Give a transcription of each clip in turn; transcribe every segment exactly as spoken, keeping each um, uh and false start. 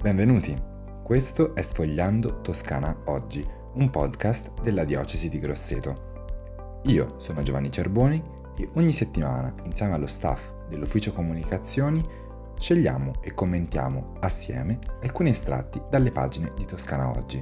Benvenuti, questo è Sfogliando Toscana Oggi, un podcast della diocesi di Grosseto. Io sono Giovanni Cerboni e ogni settimana, insieme allo staff dell'Ufficio Comunicazioni, scegliamo e commentiamo assieme alcuni estratti dalle pagine di Toscana Oggi.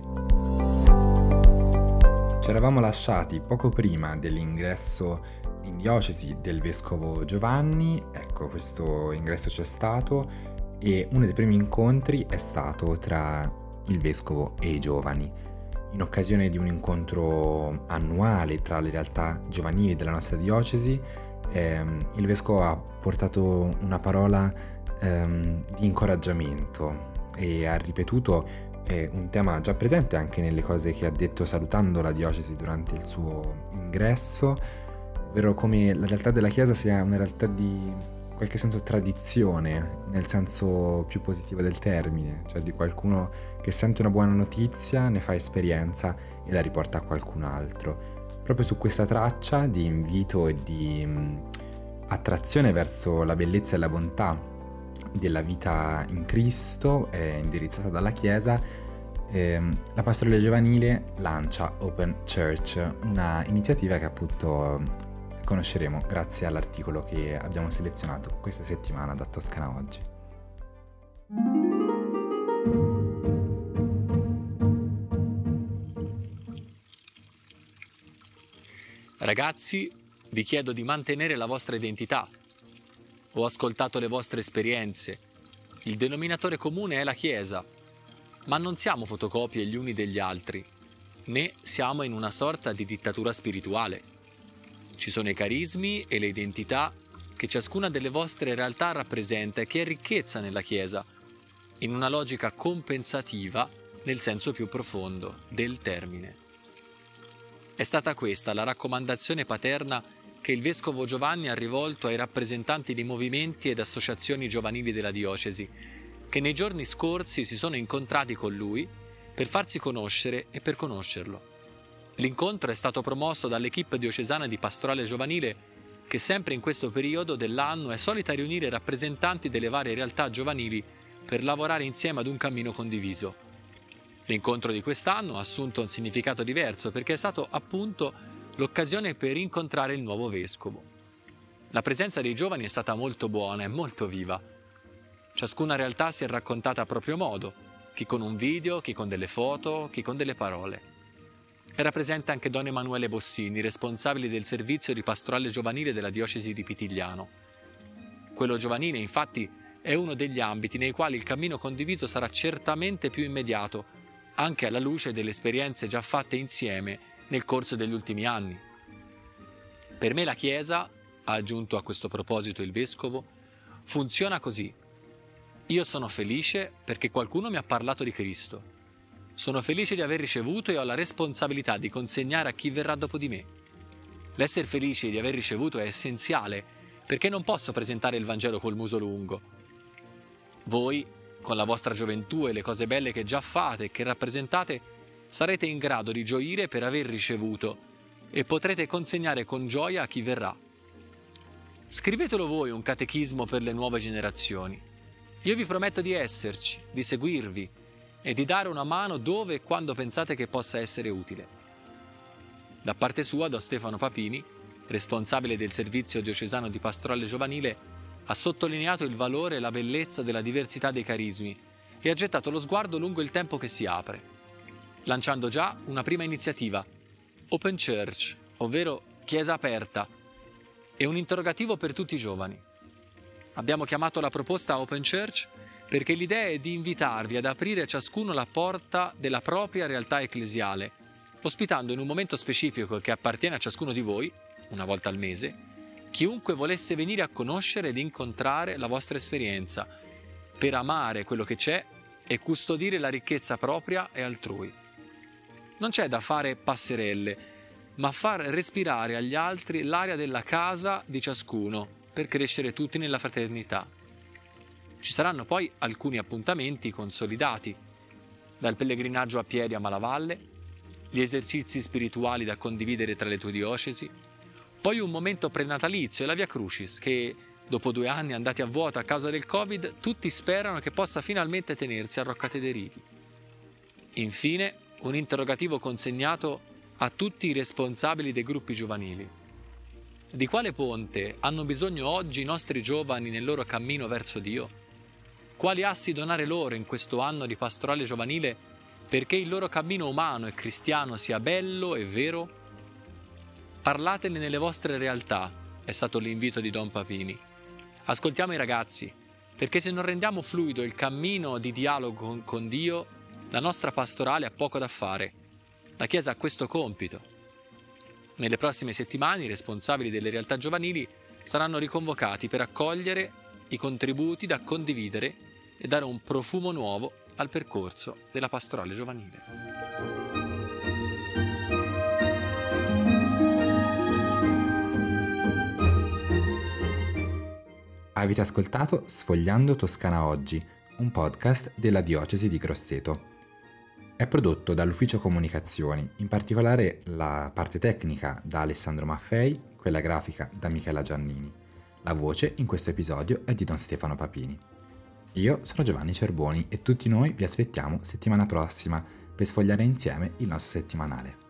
Ci eravamo lasciati poco prima dell'ingresso in diocesi del Vescovo Giovanni, ecco questo ingresso c'è stato, e uno dei primi incontri è stato tra il Vescovo e i giovani, in occasione di un incontro annuale tra le realtà giovanili della nostra diocesi. ehm, il Vescovo ha portato una parola ehm, di incoraggiamento e ha ripetuto eh, un tema già presente anche nelle cose che ha detto salutando la diocesi durante il suo ingresso, ovvero come la realtà della Chiesa sia una realtà di in qualche senso tradizione, nel senso più positivo del termine, cioè di qualcuno che sente una buona notizia, ne fa esperienza e la riporta a qualcun altro. Proprio su questa traccia di invito e di mh, attrazione verso la bellezza e la bontà della vita in Cristo, eh, indirizzata dalla Chiesa, ehm, la pastorale giovanile lancia Open Church, una iniziativa che appunto conosceremo grazie all'articolo che abbiamo selezionato questa settimana da Toscana Oggi. Ragazzi, vi chiedo di mantenere la vostra identità. Ho ascoltato le vostre esperienze. Il denominatore comune è la Chiesa, ma non siamo fotocopie gli uni degli altri, né siamo in una sorta di dittatura spirituale. Ci sono i carismi e le identità che ciascuna delle vostre realtà rappresenta e che è ricchezza nella Chiesa, in una logica compensativa nel senso più profondo del termine. È stata questa la raccomandazione paterna che il Vescovo Giovanni ha rivolto ai rappresentanti di movimenti ed associazioni giovanili della diocesi, che nei giorni scorsi si sono incontrati con lui per farsi conoscere e per conoscerlo. L'incontro è stato promosso dall'equipe diocesana di pastorale giovanile che sempre in questo periodo dell'anno è solita riunire rappresentanti delle varie realtà giovanili per lavorare insieme ad un cammino condiviso. L'incontro di quest'anno ha assunto un significato diverso perché è stato appunto l'occasione per incontrare il nuovo vescovo. La presenza dei giovani è stata molto buona e molto viva. Ciascuna realtà si è raccontata a proprio modo, chi con un video, chi con delle foto, chi con delle parole. Era presente anche Don Emanuele Bossini, responsabile del servizio di pastorale giovanile della diocesi di Pitigliano. Quello giovanile, infatti, è uno degli ambiti nei quali il cammino condiviso sarà certamente più immediato, anche alla luce delle esperienze già fatte insieme nel corso degli ultimi anni. Per me la Chiesa, ha aggiunto a questo proposito il Vescovo, funziona così. Io sono felice perché qualcuno mi ha parlato di Cristo. Sono felice di aver ricevuto e ho la responsabilità di consegnare a chi verrà dopo di me. L'essere felici di aver ricevuto è essenziale, perché non posso presentare il Vangelo col muso lungo. Voi, con la vostra gioventù e le cose belle che già fate e che rappresentate, sarete in grado di gioire per aver ricevuto e potrete consegnare con gioia a chi verrà. Scrivetelo voi un catechismo per le nuove generazioni. Io vi prometto di esserci, di seguirvi, e di dare una mano dove e quando pensate che possa essere utile. Da parte sua, Don Stefano Papini, responsabile del servizio diocesano di pastorale giovanile, ha sottolineato il valore e la bellezza della diversità dei carismi e ha gettato lo sguardo lungo il tempo che si apre, lanciando già una prima iniziativa, Open Church, ovvero Chiesa aperta, e un interrogativo per tutti i giovani. Abbiamo chiamato la proposta Open Church perché l'idea è di invitarvi ad aprire a ciascuno la porta della propria realtà ecclesiale, ospitando in un momento specifico che appartiene a ciascuno di voi, una volta al mese, chiunque volesse venire a conoscere ed incontrare la vostra esperienza, per amare quello che c'è e custodire la ricchezza propria e altrui. Non c'è da fare passerelle, ma far respirare agli altri l'aria della casa di ciascuno per crescere tutti nella fraternità. Ci saranno poi alcuni appuntamenti consolidati, dal pellegrinaggio a piedi a Malavalle, gli esercizi spirituali da condividere tra le tue diocesi, poi un momento prenatalizio e la Via Crucis che Dopo due anni andati a vuoto a causa del Covid, tutti sperano che possa finalmente tenersi a Roccate dei Rivi. Infine, un interrogativo consegnato a tutti i responsabili dei gruppi giovanili. Di quale ponte hanno bisogno oggi i nostri giovani nel loro cammino verso Dio? Quali assi donare loro in questo anno di pastorale giovanile perché il loro cammino umano e cristiano sia bello e vero? Parlatene nelle vostre realtà, è stato l'invito di Don Papini. Ascoltiamo i ragazzi, perché se non rendiamo fluido il cammino di dialogo con, con Dio, la nostra pastorale ha poco da fare. La Chiesa ha questo compito. Nelle prossime settimane i responsabili delle realtà giovanili saranno riconvocati per accogliere i contributi da condividere e dare un profumo nuovo al percorso della pastorale giovanile. Avete ascoltato Sfogliando Toscana Oggi, un podcast della Diocesi di Grosseto. È prodotto dall'Ufficio Comunicazioni, in particolare la parte tecnica da Alessandro Maffei, quella grafica da Michela Giannini. La voce in questo episodio è di Don Stefano Papini. Io sono Giovanni Cerboni e tutti noi vi aspettiamo settimana prossima per sfogliare insieme il nostro settimanale.